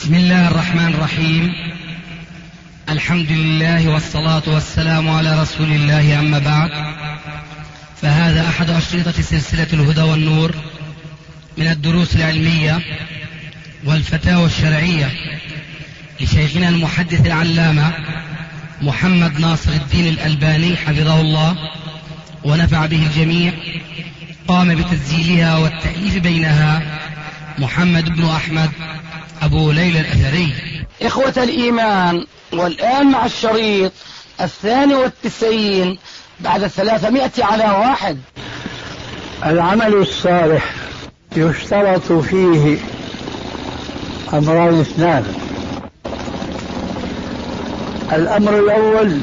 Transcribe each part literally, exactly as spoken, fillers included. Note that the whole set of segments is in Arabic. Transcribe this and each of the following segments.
بسم الله الرحمن الرحيم. الحمد لله والصلاة والسلام على رسول الله، أما بعد، فهذا أحد أشرطة سلسلة الهدى والنور من الدروس العلمية والفتاوى الشرعية لشيخنا المحدث العلامة محمد ناصر الدين الألباني حفظه الله ونفع به الجميع. قام بتسجيلها والتأليف بينها محمد بن أحمد أبو ليلى الأثري. إخوة الإيمان، والآن مع الشريط الثاني والتسعين بعد الثلاثمائة على واحد. العمل الصالح يشترط فيه أمران اثنان. الأمر الأول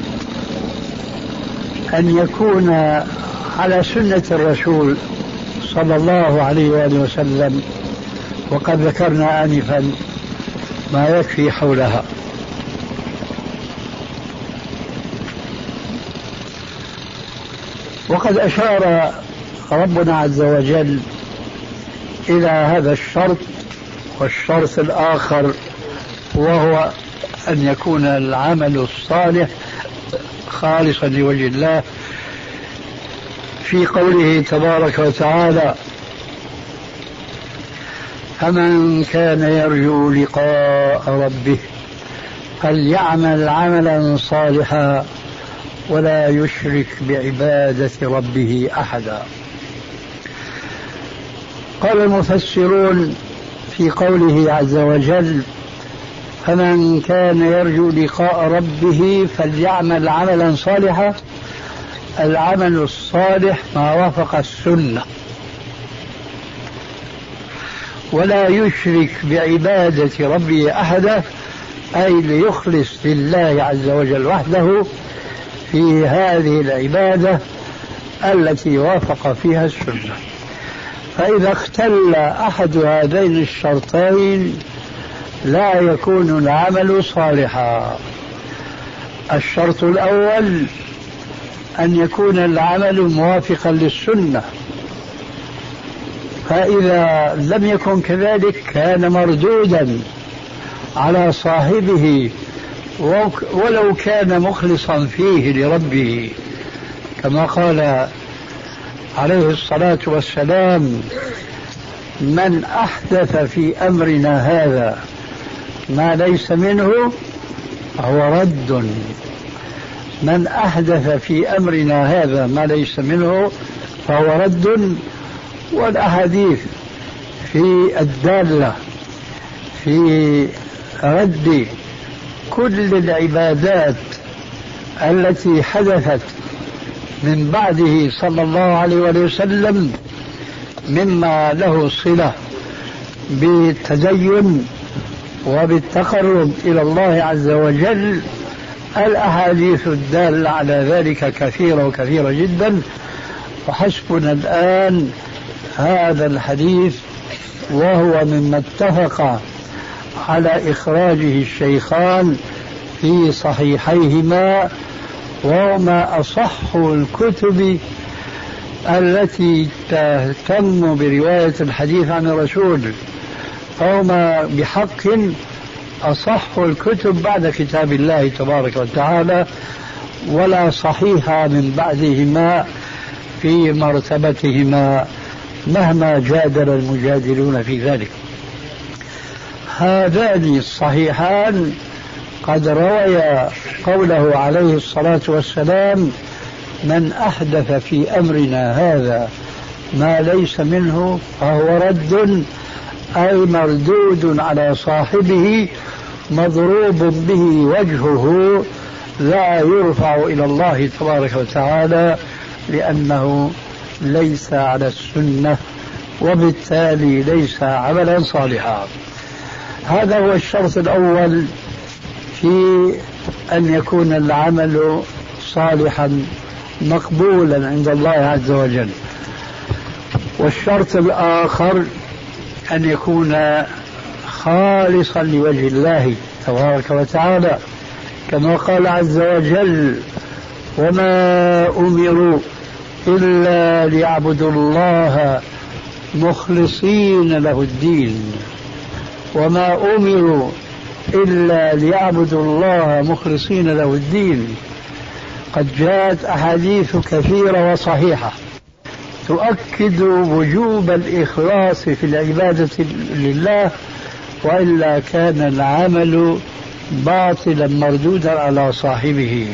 أن يكون على سنة الرسول صلى الله عليه وآله وسلم، وقد ذكرنا آنفا ما يكفي حولها. وقد أشار ربنا عز وجل إلى هذا الشرط، والشرط الآخر وهو أن يكون العمل الصالح خالصا لوجه الله، في قوله تبارك وتعالى: فمن كان يرجو لقاء ربه فليعمل عملا صالحا ولا يشرك بعبادة ربه أحدا. قال المفسرون في قوله عز وجل: فمن كان يرجو لقاء ربه فليعمل عملا صالحا، العمل الصالح ما وافق السنة، ولا يشرك بعبادة ربه أحدا، أي ليخلص لله عز وجل وحده في هذه العبادة التي وافق فيها السنة. فإذا اختل أحد هذين الشرطين لا يكون العمل صالحا. الشرط الأول أن يكون العمل موافقا للسنة، فإذا لم يكن كذلك كان مردودا على صاحبه ولو كان مخلصا فيه لربه، كما قال عليه الصلاة والسلام: من أحدث في أمرنا هذا ما ليس منه فهو رد. من أحدث في أمرنا هذا ما ليس منه فهو رد. والأحاديث في الدالة في رد كل العبادات التي حدثت من بعده صلى الله عليه وسلم مما له صلة بالتدين وبالتقرب إلى الله عز وجل، الأحاديث الدالة على ذلك كثيرة وكثيرة جدا. وحسبنا الآن هذا الحديث، وهو مما اتفق على إخراجه الشيخان في صحيحيهما، وهما أصح الكتب التي تهتم برواية الحديث عن الرسول، فهما بحق أصح الكتب بعد كتاب الله تبارك وتعالى، ولا صحيح من بعدهما في مرتبتهما مهما جادل المجادلون في ذلك. هذان الصحيحان قد رويا قوله عليه الصلاة والسلام: من أحدث في أمرنا هذا ما ليس منه فهو رد، أي مردود على صاحبه، مضروب به وجهه، لا يرفع إلى الله تبارك وتعالى، لأنه ليس على السنة، وبالتالي ليس عملا صالحا. هذا هو الشرط الأول في أن يكون العمل صالحا مقبولا عند الله عز وجل. والشرط الآخر أن يكون خالصا لوجه الله تبارك وتعالى، كما قال عز وجل: وما أمروا إلا ليعبدوا الله مخلصين له الدين. وما أمروا إلا ليعبدوا الله مخلصين له الدين. قد جاءت أحاديث كثيرة وصحيحة تؤكد وجوب الإخلاص في العبادة لله، وإلا كان العمل باطلا مردودا على صاحبه.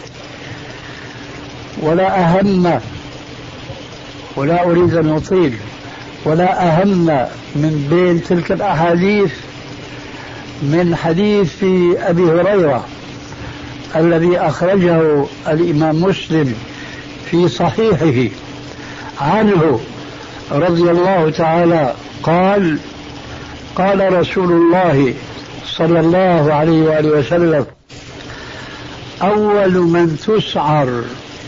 ولا أهم، ولا أريد أن أطيل، ولا أهم من بين تلك الأحاديث من حديث أبي هريرة الذي أخرجه الإمام مسلم في صحيحه عنه رضي الله تعالى قال: قال رسول الله صلى الله عليه وآله وسلم: أول من تسعر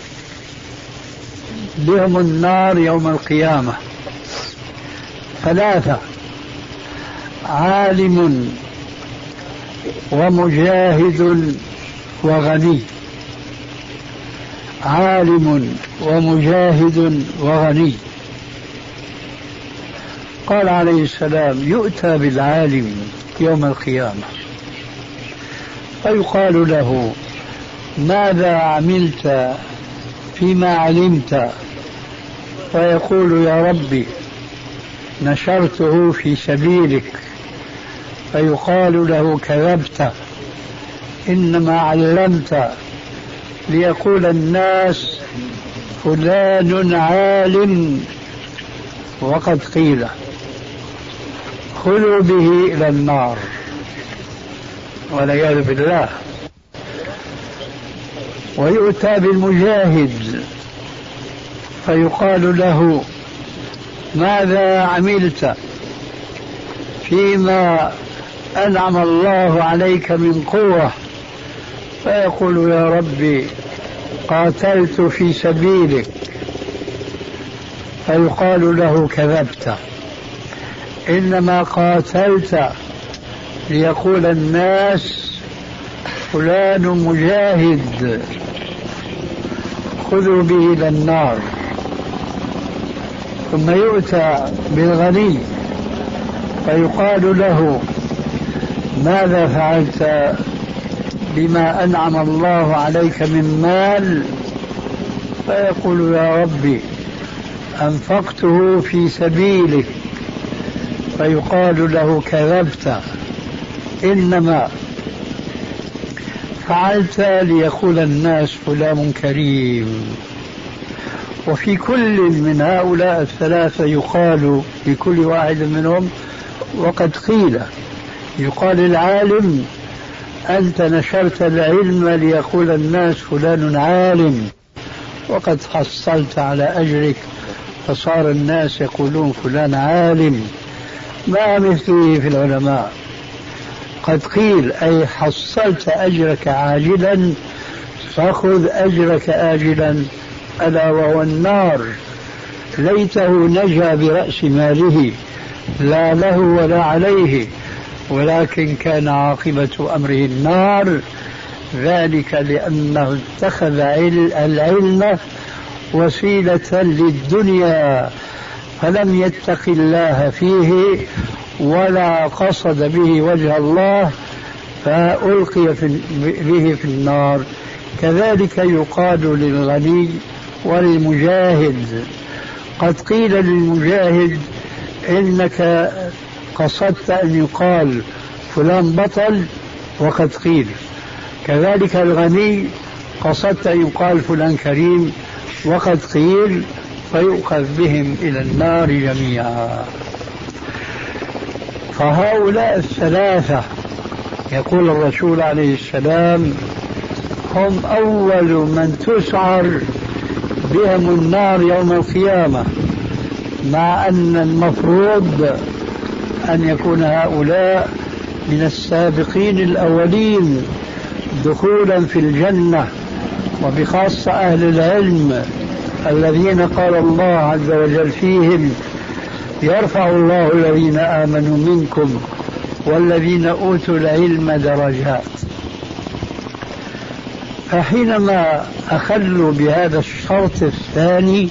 بهم النار يوم القيامة ثلاثة: عالم ومجاهد وغني. عالم ومجاهد وغني. قال عليه السلام: يؤتى بالعالم يوم القيامة فيقال له: ماذا عملت فيما علمت؟ فيقول: يا ربي نشرته في سبيلك. فيقال له: كذبت، إنما علمت ليقول الناس فلان عالم، وقد قيل خذوا به إلى النار والعياذ بالله. ويؤتى بالمجاهد فيقال له: ماذا عملت فيما أنعم الله عليك من قوة؟ فيقول: يا ربي قاتلت في سبيلك. فيقال له: كذبت، إنما قاتلت ليقول الناس فلان مجاهد، خذوا به إلى النار. ثم يؤتى بالغني فيقال له: ماذا فعلت بما أنعم الله عليك من مال؟ فيقول: يا ربي أنفقته في سبيلك. فيقال له: كذبت، إنما فعلت ليقول الناس فلان كريم. وفي كل من هؤلاء الثلاثة يقال لكل واحد منهم وقد قيل. يقال العالم: أنت نشرت العلم ليقول الناس فلان عالم، وقد حصلت على أجرك، فصار الناس يقولون فلان عالم، ما مثله في العلماء. قد قيل أي حصلت أجرك عاجلا، فخذ أجرك آجلا، ألا وهو النار. ليته نجا برأس ماله، لا له ولا عليه، ولكن كان عاقبة أمره النار، ذلك لأنه اتخذ العلم وسيلة للدنيا، فلم يتق الله فيه ولا قصد به وجه الله، فألقي به في النار. كذلك يقال للغني وللمجاهد. قد قيل للمجاهد: إنك قصدت أن يقال فلان بطل، وقد قيل. كذلك الغني قصدت أن يقال فلان كريم، وقد قيل، فيؤخذ بهم إلى النار جميعا. فهؤلاء الثلاثة يقول الرسول عليه السلام: هم أول من تسعر بهم النار يوم القيامة، مع أن المفروض أن يكون هؤلاء من السابقين الأولين دخولا في الجنة، وبخاصة أهل العلم الذين قال الله عز وجل فيهم: يرفع الله الذين آمنوا منكم والذين أوتوا العلم درجات. فحينما أخلوا بهذا الشرط الثاني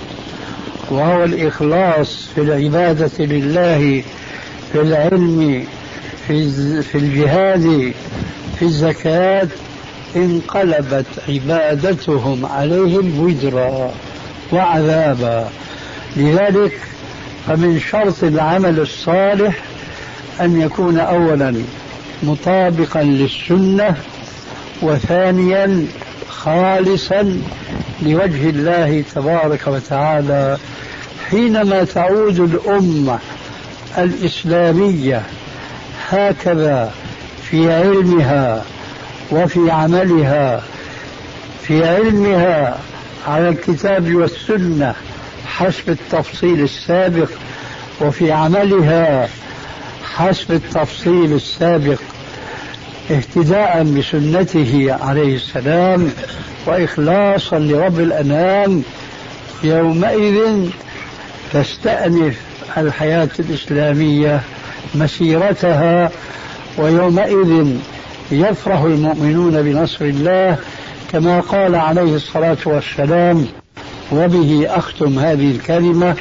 وهو الإخلاص في العبادة لله في العلم في في الجهاد في الزكاة انقلبت عبادتهم عليهم وزرا وعذابا. لذلك فمن شرط العمل الصالح أن يكون أولا مطابقا للسنة، وثانيا خالصا لوجه الله تبارك وتعالى. حينما تعود الأمة الإسلامية هكذا في علمها وفي عملها، في علمها على الكتاب والسنة حسب التفصيل السابق، وفي عملها حسب التفصيل السابق اهتداء بسنته عليه السلام وإخلاصا لرب الأنام، يومئذ تستأنف الحياة الإسلامية مسيرتها، ويومئذ يفرح المؤمنون بنصر الله كما قال عليه الصلاة والسلام. وبه أختم هذه الكلمة: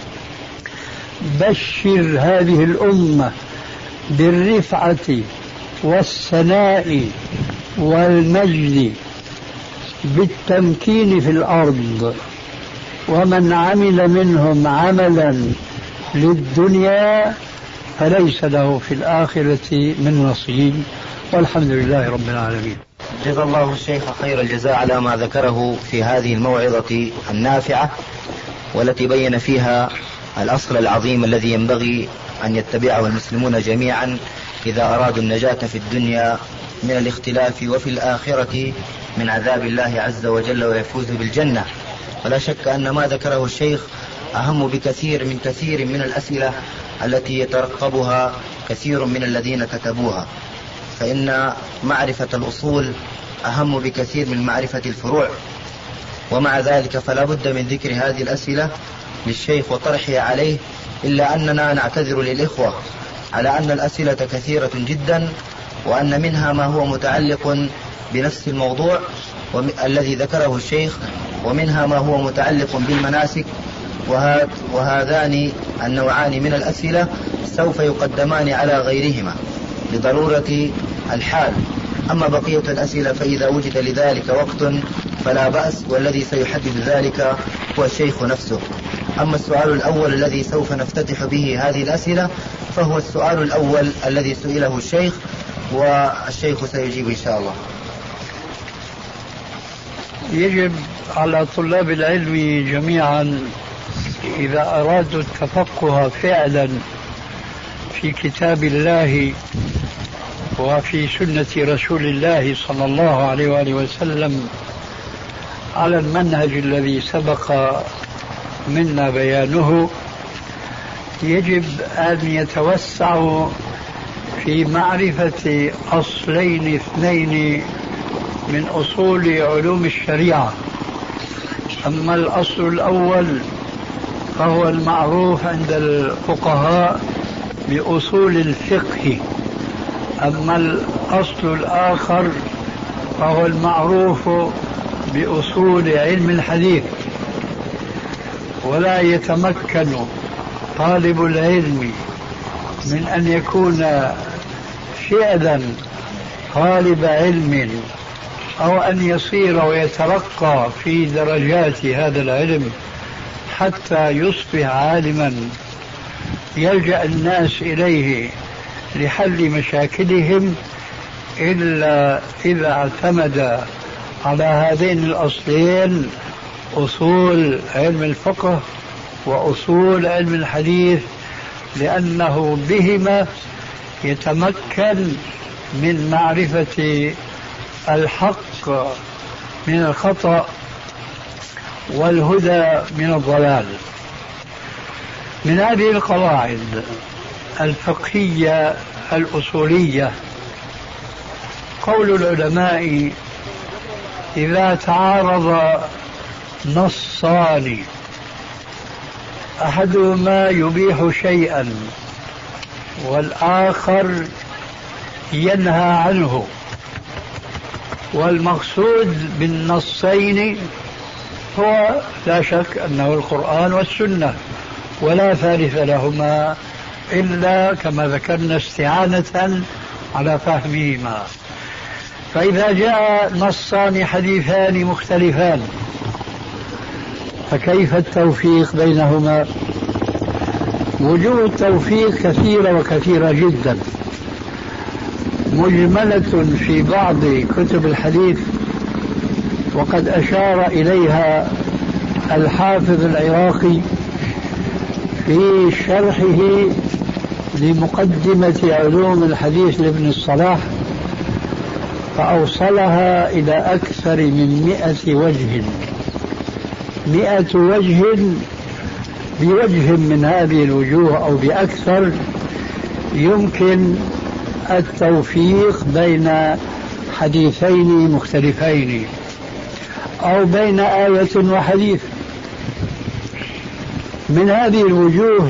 بشر هذه الأمة بالرفعة والثناء والمجد بالتمكين في الأرض، ومن عمل منهم عملا للدنيا فليس له في الآخرة من نصيب، والحمد لله رب العالمين. جزا الله الشيخ خير الجزاء على ما ذكره في هذه الموعظة النافعة، والتي بين فيها الأصل العظيم الذي ينبغي أن يتبعه المسلمون جميعا إذا أرادوا النجاة في الدنيا من الاختلاف، وفي الآخرة من عذاب الله عز وجل ويفوز بالجنة. ولا شك أن ما ذكره الشيخ أهم بكثير من كثير من الأسئلة التي يترقبها كثير من الذين كتبوها، فإن معرفة الأصول أهم بكثير من معرفة الفروع. ومع ذلك فلا بد من ذكر هذه الأسئلة للشيخ وطرحها عليه، إلا أننا نعتذر للإخوة على أن الأسئلة كثيرة جدا، وأن منها ما هو متعلق بنفس الموضوع الذي ذكره الشيخ، ومنها ما هو متعلق بالمناسك، وهذان النوعان من الأسئلة سوف يقدمان على غيرهما لضرورة الحال. أما بقية الأسئلة فإذا وجد لذلك وقت فلا بأس، والذي سيحدد ذلك هو الشيخ نفسه. أما السؤال الأول الذي سوف نفتتح به هذه الأسئلة فهو السؤال الأول الذي سئله الشيخ، والشيخ سيجيب إن شاء الله. يجب على طلاب العلم جميعا إذا أرادوا التفقه فعلا في كتاب الله وفي سنة رسول الله صلى الله عليه وآله وسلم على المنهج الذي سبق منا بيانه، يجب أن يتوسعوا في معرفة أصلين اثنين من أصول علوم الشريعة. أما الأصل الأول فهو المعروف عند الفقهاء بأصول الفقه، أما الأصل الآخر فهو المعروف بأصول علم الحديث. ولا يتمكن طالب العلم من أن يكون فعلا طالب علم أو أن يصير ويترقى في درجات هذا العلم حتى يصبح عالما يلجأ الناس إليه لحل مشاكلهم إلا إذا اعتمد على هذين الأصلين، أصول علم الفقه وأصول علم الحديث، لأنه بهما يتمكن من معرفة الحق من الخطأ والهدى من الضلال. من هذه القواعد الفقهية الأصولية قول العلماء: إذا تعارض نصان أحدهما يبيح شيئا والآخر ينهى عنه، والمقصود بالنصين هو لا شك أنه القرآن والسنة، ولا ثالث لهما إلا كما ذكرنا استعانة على فهمهما. فإذا جاء نصان حديثان مختلفان فكيف التوفيق بينهما؟ وجوه التوفيق كثيرة وكثيرة جدا، مجملة في بعض كتب الحديث، وقد أشار إليها الحافظ العراقي في شرحه لمقدمة علوم الحديث لابن الصلاح، فأوصلها إلى أكثر من مئة وجه. مئة وجه بوجه من هذه الوجوه أو بأكثر يمكن التوفيق بين حديثين مختلفين أو بين آية وحديث. من هذه الوجوه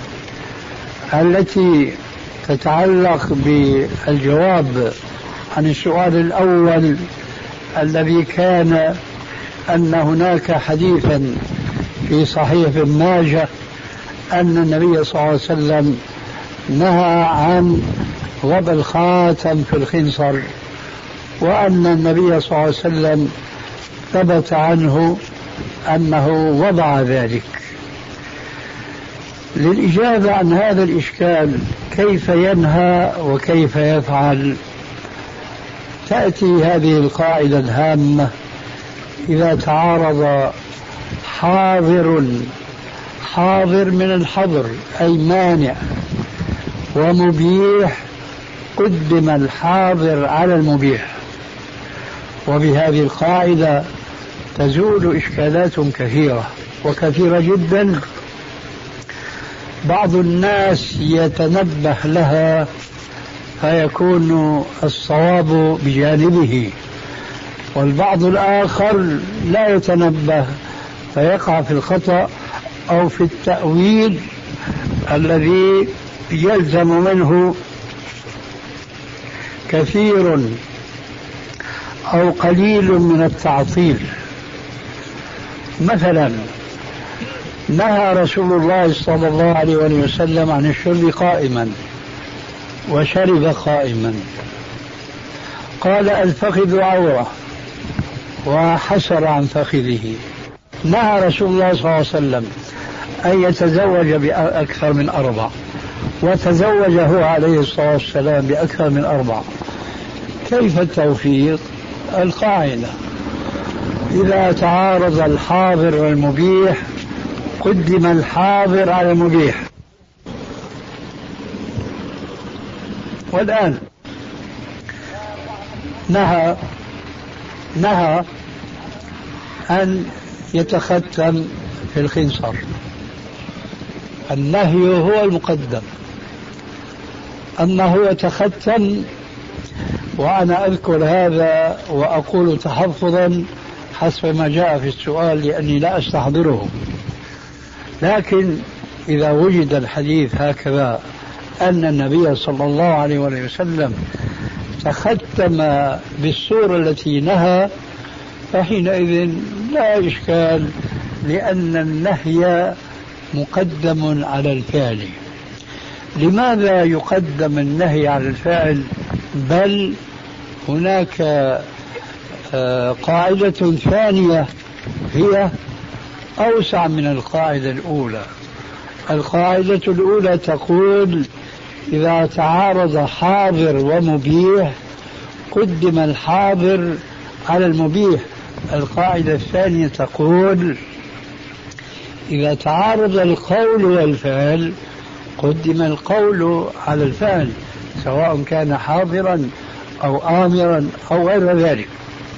التي تتعلق بالجواب عن السؤال الأول الذي كان أن هناك حديثا في صحيح ابن ماجه أن النبي صلى الله عليه وسلم نهى عن وضع الخاتم في الخنصر، وأن النبي صلى الله عليه وسلم ثبت عنه أنه وضع ذلك. للإجابة عن هذا الإشكال كيف ينهى وكيف يفعل، تأتي هذه القاعدة الهامة: إذا تعارض حاضر حاضر من الحظر أي مانع ومبيح قدم الحاضر على المبيح. وبهذه القاعدة تزول إشكالات كثيرة وكثيرة جدا بعض الناس يتنبه لها فيكون الصواب بجانبه، والبعض الآخر لا يتنبه فيقع في الخطأ أو في التأويل الذي يلزم منه كثير أو قليل من التعطيل. مثلا نهى رسول الله صلى الله عليه وسلم عن الشرب قائما وشرب قائما، قال الفخذ عورة وحسر عن فخذه. نهى رسول الله صلى الله عليه وسلم أن يتزوج بأكثر من أربع، وتزوج هو عليه الصلاة والسلام بأكثر من أربع. كيف التوفيق؟ القاعدة: إذا تعارض الحاضر والمبيح قدم الحاضر على المبيح. والآن نهى نهى أن يتختم في الخنصر، النهي هو المقدم، أنه يتختم. وأنا أذكر هذا وأقول تحفظا حسب ما جاء في السؤال لأني لا أستحضره، لكن إذا وجد الحديث هكذا أن النبي صلى الله عليه وسلم تختم بالصورة التي نهى فحينئذ لا إشكال، لأن النهي مقدم على الفعل. لماذا يقدم النهي على الفعل؟ بل هناك قاعدة ثانية هي أوسع من القاعدة الأولى. القاعدة الأولى تقول إذا تعارض حاضر ومبيح قدم الحاضر على المبيح. القاعدة الثانية تقول إذا تعارض القول والفعل قدم القول على الفعل، سواء كان حاضرا أو آمرا أو غير ذلك.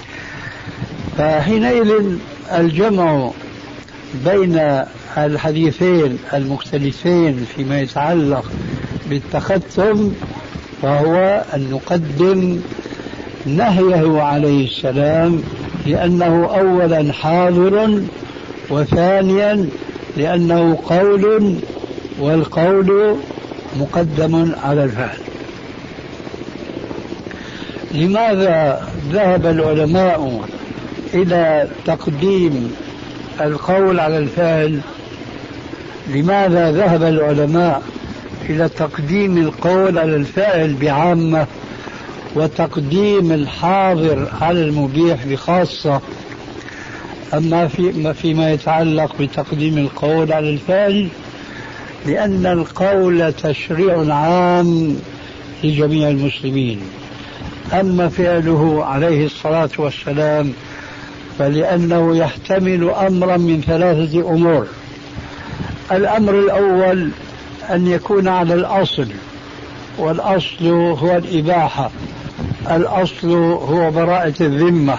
فحينئذ الجمع بين الحديثين المختلفين فيما يتعلق بالتختم وهو أن نقدم نهيه عليه السلام لأنه أولا حاضر، وثانيا لأنه قول، والقول مقدم على الفعل. لماذا ذهب العلماء إلى تقديم القول على الفعل؟ لماذا ذهب العلماء إلى تقديم القول على الفعل بعامة وتقديم الحاضر على المبيح بخاصة. أما في فيما يتعلق بتقديم القول على الفعل، لأن القول تشريع عام لجميع المسلمين، أما فعله عليه الصلاة والسلام فلأنه يحتمل أمرا من ثلاثة أمور. الأمر الأول أن يكون على الأصل، والأصل هو الإباحة، الأصل هو براءة الذمة،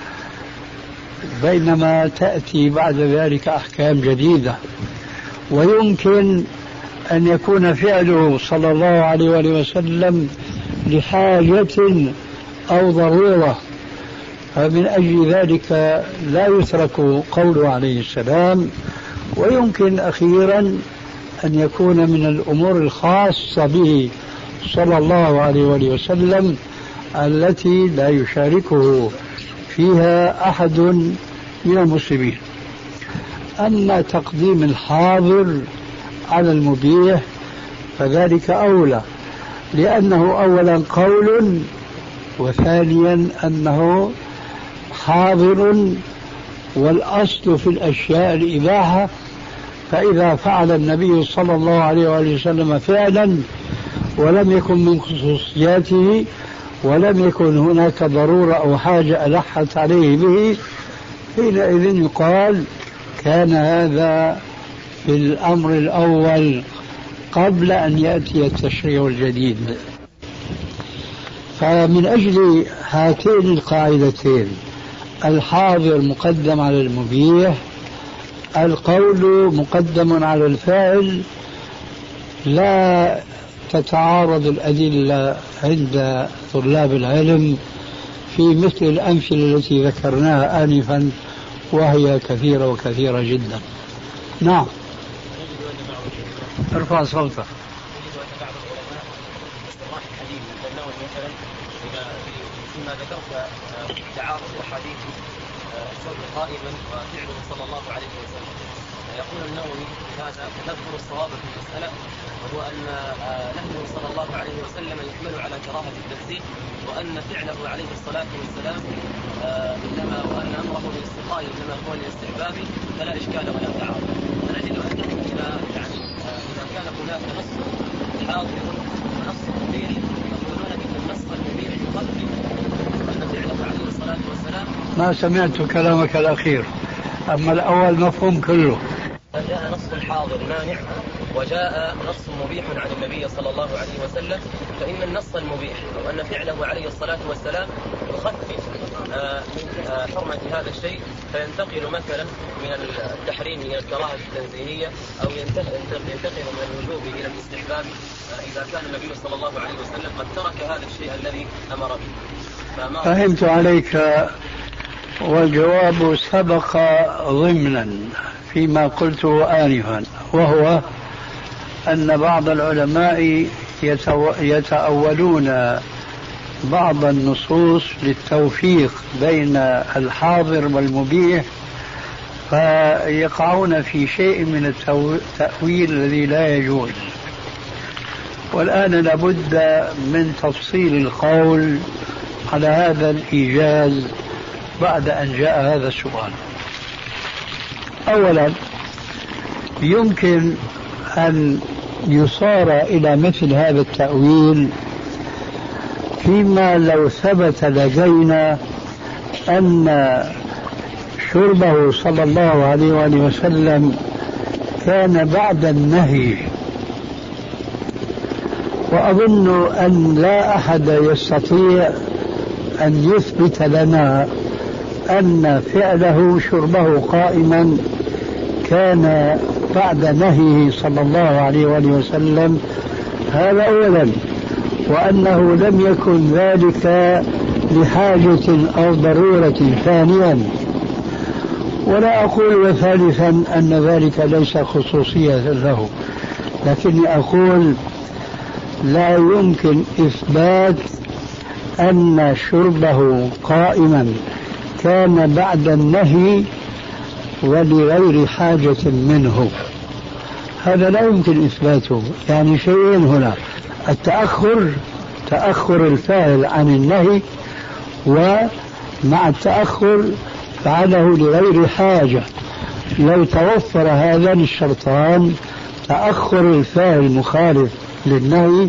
بينما تأتي بعد ذلك أحكام جديدة. ويمكن أن يكون فعله صلى الله عليه وآله وسلم لحاجة أو ضرورة، فمن أجل ذلك لا يترك قوله عليه السلام. ويمكن أخيرا أن يكون من الأمور الخاصة به صلى الله عليه وآله وسلم التي لا يشاركه فيها أحد من المسلمين. أما تقديم الحاضر على المبيح فذلك أولى، لأنه أولا قول، وثانيا أنه حاضر، والأصل في الأشياء الإباحة. فإذا فعل النبي صلى الله عليه وآله وسلم فعلا ولم يكن من خصوصياته ولم يكن هناك ضرورة أو حاجة ألحت عليه به، حينئذ يقال كان هذا في الأمر الأول قبل أن يأتي التشريع الجديد. فمن أجل هاتين القاعدتين، الحاضر مقدم على المبيح، القول مقدم على الفاعل، لا تتعارض الأدلة عند طلاب العلم في مثل الأمثلة التي ذكرناها آنفا، وهي كثيرة وكثيرة جدا. نعم، ارفع صوتك. فيما ذكرت تعارض أحاديث الصوت قائما وفعله صلى الله عليه وسلم، يقول النووي هذا نذكر الصواب في المسألة، وهو أن نهيه صلى الله عليه وسلم يحمل على كراهة التنزيه، وأن فعله عليه الصلاة والسلام إنما وأن أمره بالاستقاء إنما هو الاستحباب، فلا إشكال ولا تعارض. فنجد أنه إذا يعني إذا كان هناك نص حاضر ونص مبيح، يقولون بأن النص المبيح يقدم أن فعله عليه الصلاة والسلام. ما سمعت كلامك الأخير، أما الأول مفهوم كله. جاء نص حاضر مانع وجاء نص مبيح عن النبي صلى الله عليه وسلم، فإن النص المبيح أو أن فعله عليه الصلاة والسلام يخفف من حرمة هذا الشيء، فينتقل مثلا من التحريم إلى الكراهة التنزيهية، أو ينتقل من الوجوب إلى الاستحباب إذا كان النبي صلى الله عليه وسلم قد ترك هذا الشيء الذي أمر به. فهمت عليك، والجواب سبق ضمنا فيما قلته آنفا، وهو أن بعض العلماء يتأولون بعض النصوص للتوفيق بين الحاضر والمبيح، فيقعون في شيء من التأويل الذي لا يجوز. والآن لابد من تفصيل القول على هذا الإيجاز بعد أن جاء هذا السؤال. أولا، يمكن أن يصار إلى مثل هذا التأويل فيما لو ثبت لدينا أن شربه صلى الله عليه وآله وسلم كان بعد النهي، وأظن أن لا أحد يستطيع أن يثبت لنا أن فعله شربه قائما كان بعد نهيه صلى الله عليه وآله وسلم، هذا أولا، وأنه لم يكن ذلك لحاجة أو ضرورة ثانيا. ولا أقول ثالثا أن ذلك ليس خصوصية له، لكني أقول لا يمكن إثبات أن شربه قائما كان بعد النهي ولغير حاجة منه. هذا لا يمكن إثباته. يعني شيئين هنا: التأخر، تأخر الفاعل عن النهي، ومع التأخر فعله لغير حاجة. لو توفر هذان الشرطان، تأخر الفاعل مخالف للنهي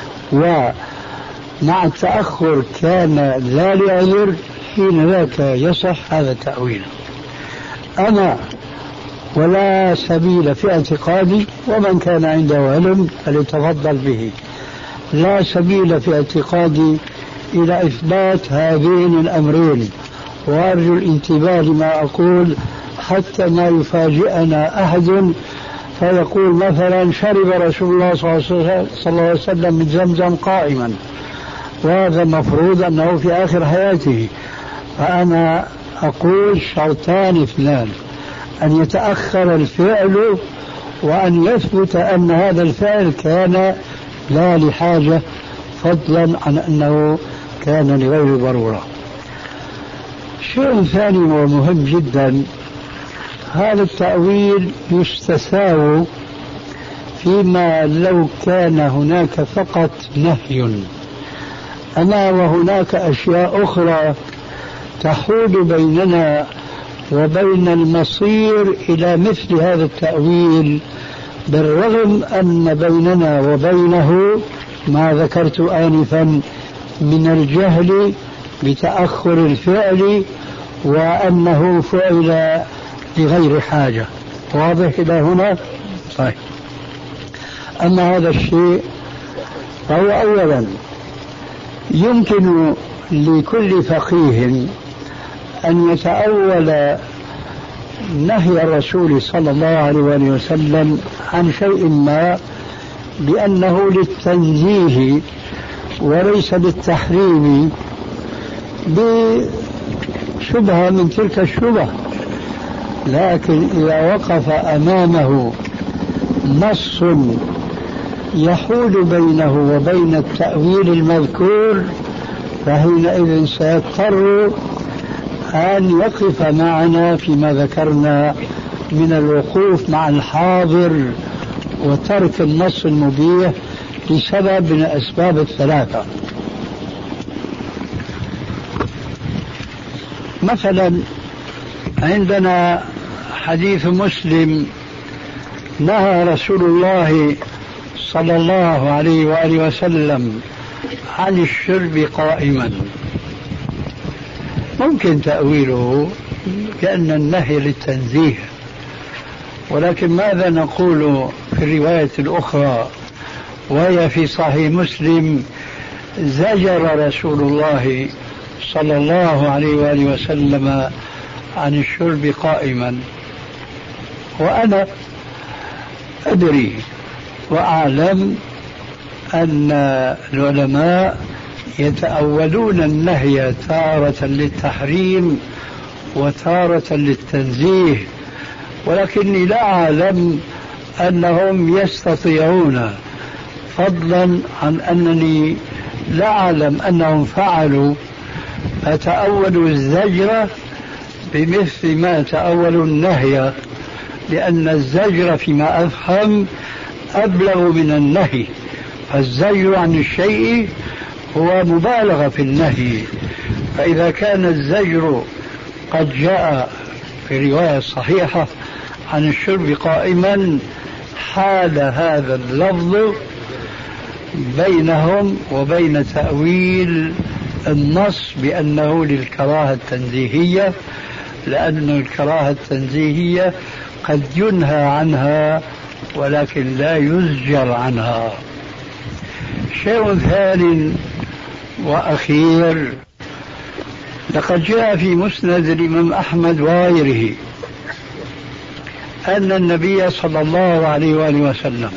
ومع التأخر كان لا لعذر، حين ذاك يصح هذا التأويل. أما ولا سبيل في اعتقادي، ومن كان عنده علم فليتفضل به، لا سبيل في اعتقادي إلى إثبات هذين الأمرين. وأرجو الانتباه لما أقول حتى ما يفاجئنا أحد فيقول مثلا: شرب رسول الله صلى الله عليه وسلم من زمزم قائما، وهذا مفروض أنه في آخر حياته. فأنا أقول شرطان اثنان: أن يتأخر الفعل، وأن يثبت أن هذا الفعل كان لا لحاجة، فضلا عن أنه كان لغير ضرورة. شيء ثاني ومهم جدا: هذا التأويل يستساغ فيما لو كان هناك فقط نهي، أما وهناك أشياء أخرى تحول بيننا وبين المصير إلى مثل هذا التأويل، بالرغم أن بيننا وبينه ما ذكرت آنفا من الجهل بتأخر الفعل وأنه فعل لغير حاجة. واضح إلى هنا؟ طيب. أما هذا الشيء فهو أولا يمكن لكل فقيه أن يتأول نهي الرسول صلى الله عليه وسلم عن شيء ما بأنه للتنزيه وليس للتحريم، بشبهة من تلك الشبه. لكن إذا وقف أمامه نص يحول بينه وبين التأويل المذكور، فحينئذ سيضطر أن يقف معنا فيما ذكرنا من الوقوف مع الحاضر وترك النص المبيح لسبب من الأسباب الثلاثة. مثلا عندنا حديث مسلم: نهى رسول الله صلى الله عليه وآله وسلم عن الشرب قائما. ممكن تأويله كأن النهي للتنزيه، ولكن ماذا نقول في الرواية الأخرى وهي في صحيح مسلم: زجر رسول الله صلى الله عليه وآله وسلم عن الشرب قائما. وأنا أدري وأعلم أن العلماء يتأولون النهي تارة للتحريم وتارة للتنزيه، ولكني لا أعلم أنهم يستطيعون، فضلا عن أنني لا أعلم أنهم فعلوا، فتأولوا الزجر بمثل ما تأولوا النهي، لأن الزجر فيما أفهم أبلغ من النهي. فالزجر عن الشيء هو مبالغة في النهي، فإذا كان الزجر قد جاء في رواية صحيحة عن الشرب قائما، حال هذا اللفظ بينهم وبين تأويل النص بأنه للكراهة التنزيهية، لأن الكراهة التنزيهية قد ينهى عنها ولكن لا يزجر عنها. شيء ثاني وأخير: لقد جاء في مسند الإمام أحمد وغيره أن النبي صلى الله عليه وآله وسلم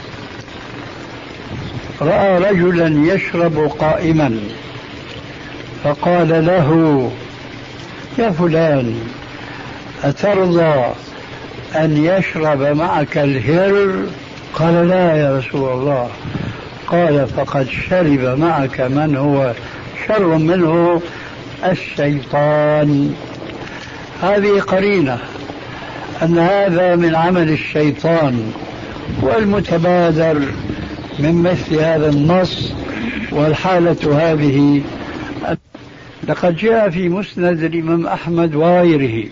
رأى رجلا يشرب قائما، فقال له: يا فلان، أترضى أن يشرب معك الهر؟ قال: لا يا رسول الله. قال: فقد شرب معك من هو شر منه، الشيطان. هذه قرينة أن هذا من عمل الشيطان، والمتبادر من مثل هذا النص والحالة هذه. لقد جاء في مسند الإمام أحمد وغيره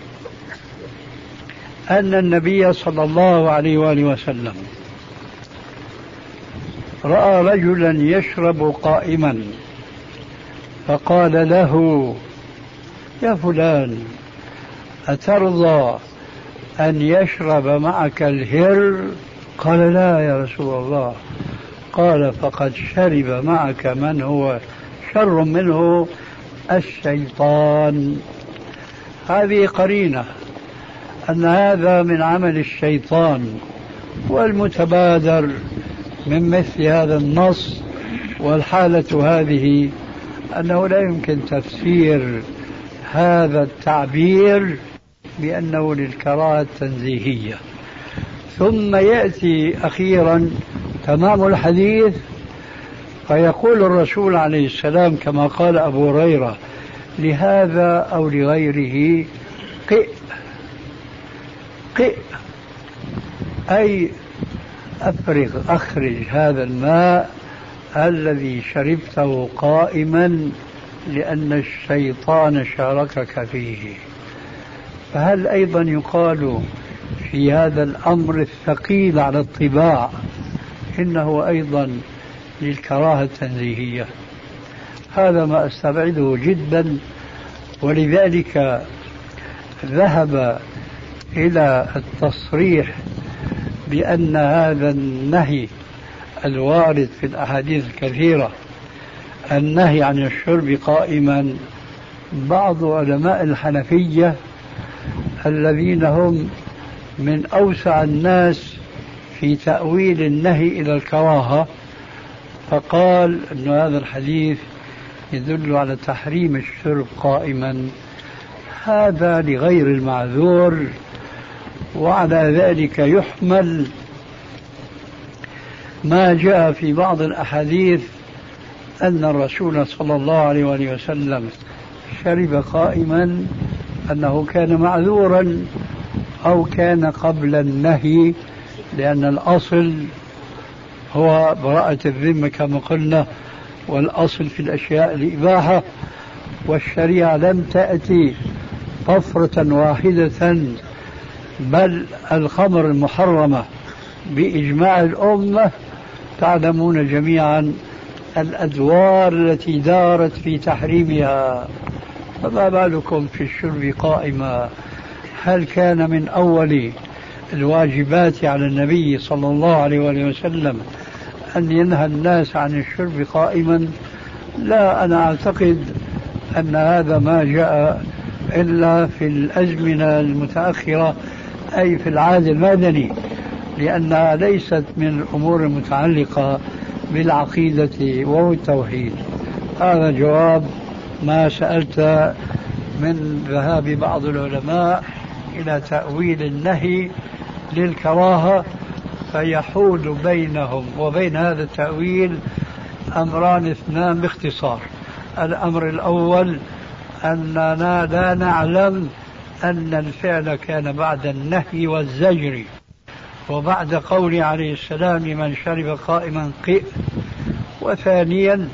أن النبي صلى الله عليه وآله وسلم رأى رجلا يشرب قائما فقال له: يا فلان، أترضى أن يشرب معك الهر؟ قال: لا يا رسول الله. قال: فقد شرب معك من هو شر منه، الشيطان. هذه قرينة أن هذا من عمل الشيطان، والمتبادر من مثل هذا النص والحالة هذه أنه لا يمكن تفسير هذا التعبير بأنه للكراهة التنزيهية. ثم يأتي أخيرا تمام الحديث فيقول الرسول عليه السلام كما قال أبو هريرة لهذا أو لغيره: قئ قئ، أي أفرغ، أخرج هذا الماء الذي شربته قائما لأن الشيطان شاركك فيه. فهل أيضا يقال في هذا الأمر الثقيل على الطباع إنه أيضا للكراهة التنزيهية؟ هذا ما أستبعده جدا، ولذلك ذهب إلى التصريح بأن هذا النهي الوارد في الأحاديث الكثيرة، النهي عن الشرب قائما، بعض علماء الحنفية الذين هم من أوسع الناس في تأويل النهي إلى الكراهة، فقال أن هذا الحديث يدل على تحريم الشرب قائما، هذا لغير المعذور. وعلى ذلك يحمل ما جاء في بعض الأحاديث أن الرسول صلى الله عليه وآله وسلم شرب قائما أنه كان معذورا أو كان قبل النهي، لأن الأصل هو براءة الذمة كما قلنا، والأصل في الأشياء الإباحة، والشريعة لم تأتي طفرة واحدة، بل الخمر المحرمة بإجماع الأمة تعلمون جميعا الأدوار التي دارت في تحريمها، فما بالكم في الشرب قائما؟ هل كان من أول الواجبات على النبي صلى الله عليه وآله وسلم أن ينهى الناس عن الشرب قائما؟ لا، أنا أعتقد أن هذا ما جاء إلا في الأزمنة المتأخرة، أي في العهد المدني، لأنها ليست من الأمور المتعلقة بالعقيدة والتوحيد. هذا جواب ما سألت من ذهاب بعض العلماء إلى تأويل النهي للكراهة، فيحول بينهم وبين هذا التأويل أمران اثنان باختصار. الأمر الأول أننا لا نعلم أن الفعل كان بعد النهي والزجر وبعد قول عليه السلام: من شرب قائما قئ. وثانيا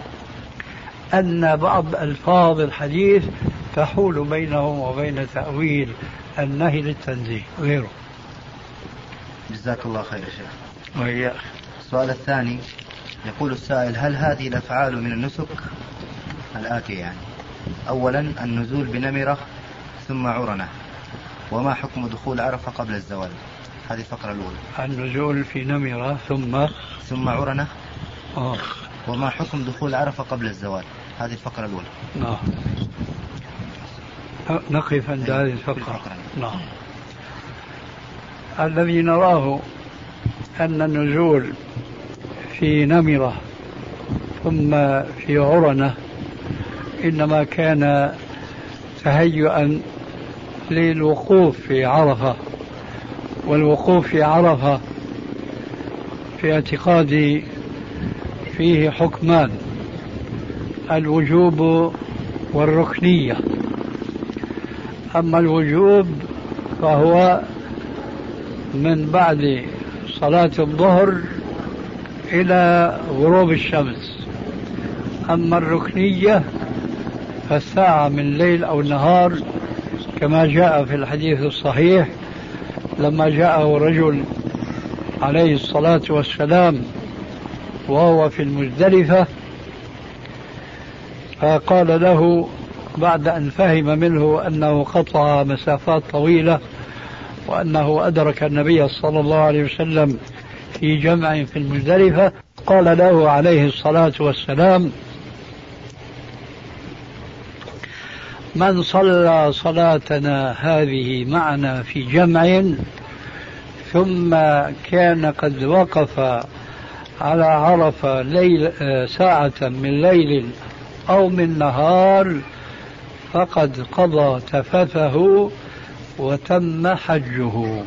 أن بعض ألفاظ الحديث تحول بينهم وبين تأويل النهي للتنزيه غيره. جزاك الله خير يا شيخ. وإياك. السؤال الثاني يقول السائل: هل هذه الأفعال من النسك الآتي؟ يعني أولا النزول بنمرة ثم عرنة، وما حكم دخول عرفة قبل الزوال؟ هذه الفقرة الأولى. النزول في نمرة ثم ثم عرنة. آه. وما حكم دخول عرفة قبل الزوال؟ هذه الفقرة الأولى. نعم. نقف عند هذه الفقرة. نعم. الذي نراه أن النزول في نمرة ثم في عرنة إنما كان تهيئا للوقوف في عرفة، والوقوف في عرفة في اعتقادي فيه حكمان: الوجوب والركنية. أما الوجوب فهو من بعد صلاة الظهر إلى غروب الشمس. أما الركنية فالساعة من ليل أو نهار كما جاء في الحديث الصحيح لما جاءه رجل عليه الصلاة والسلام وهو في المزدلفة فقال له بعد أن فهم منه أنه قطع مسافات طويلة وأنه أدرك النبي صلى الله عليه وسلم في جمع في المزدلفة، قال له عليه الصلاة والسلام: من صلى صلاتنا هذه معنا في جمع ثم كان قد وقف على عرفة ليل ساعة من ليل أو من نهار فقد قضى تفثه وتم حجه.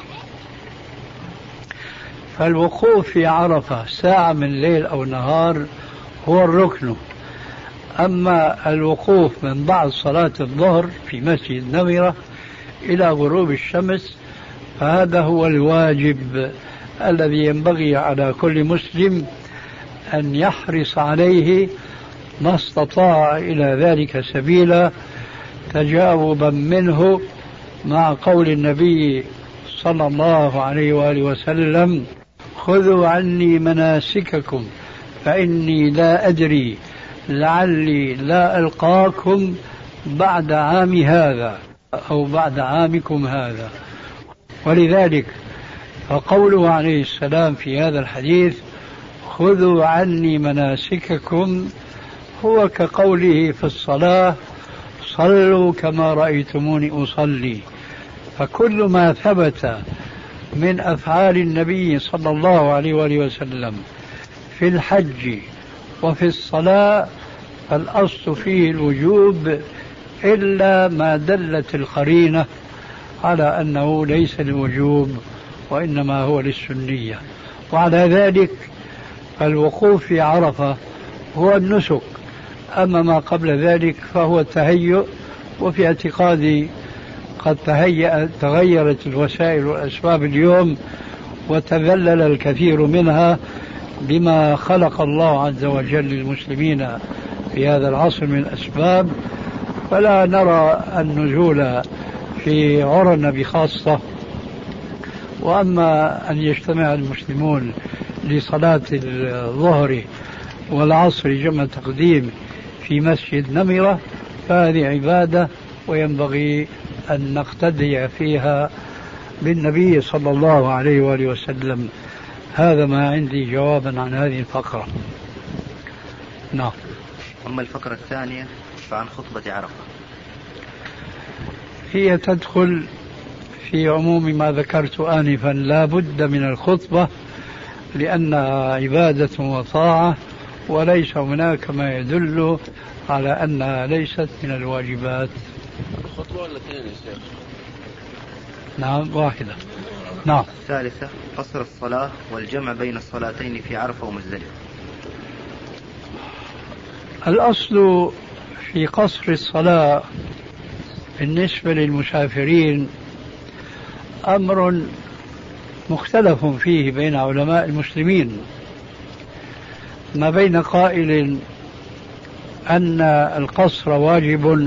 فالوقوف في عرفة ساعة من ليل أو نهار هو الركن، أما الوقوف من بعد صلاة الظهر في مسجد نمرة إلى غروب الشمس فهذا هو الواجب الذي ينبغي على كل مسلم أن يحرص عليه ما استطاع إلى ذلك سبيلا، تجاوبا منه مع قول النبي صلى الله عليه وآله وسلم: خذوا عني مناسككم فإني لا أدري لعلي لا ألقاكم بعد عام هذا أو بعد عامكم هذا. ولذلك فقوله عليه السلام في هذا الحديث: خذوا عني مناسككم، هو كقوله في الصلاة: صلوا كما رأيتموني أصلي. فكل ما ثبت من أفعال النبي صلى الله عليه وآله وسلم في الحج وفي الصلاة فالأصل فيه الوجوب إلا ما دلت القرينة على أنه ليس للوجوب وإنما هو للسنية. وعلى ذلك فالوقوف في عرفة هو النسك، أما ما قبل ذلك فهو التهيؤ. وفي اعتقادي قد تهيأ تغيرت الوسائل والأسباب اليوم وتذلل الكثير منها بما خلق الله عز وجل للمسلمين في هذا العصر من الأسباب، فلا نرى النزول في عرن بخاصة. وأما أن يجتمع المسلمون لصلاة الظهر والعصر جمع تقديم في مسجد نمرة فهذه عبادة وينبغي أن نقتدي فيها بالنبي صلى الله عليه وآله وسلم. هذا ما عندي جوابا عن هذه الفقرة. نعم. أما الفقرة الثانية فعن خطبة عرفة، هي تدخل في عموم ما ذكرت آنفا، لا بد من الخطبة لأنها عبادة وطاعة وليس هناك ما يدل على أنها ليست من الواجبات. خطوة ولا اثنين يا شيخ؟ نعم واحدة. نعم. الثالثة قصر الصلاة والجمع بين الصلاتين في عرفة ومزدلفة. الأصل في قصر الصلاة بالنسبة للمسافرين أمر مختلف فيه بين علماء المسلمين، ما بين قائل أن القصر واجب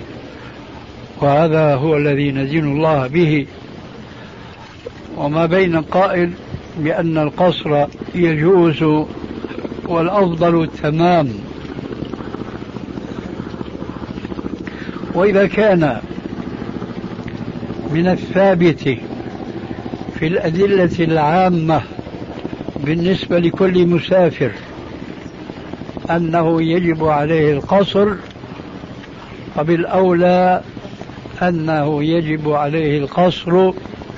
وهذا هو الذي ندين الله به، وما بين قائل بأن القصر يجوز والأفضل التمام. وإذا كان من الثابت في الأدلة العامة بالنسبة لكل مسافر أنه يجب عليه القصر، فبالأولى أنه يجب عليه القصر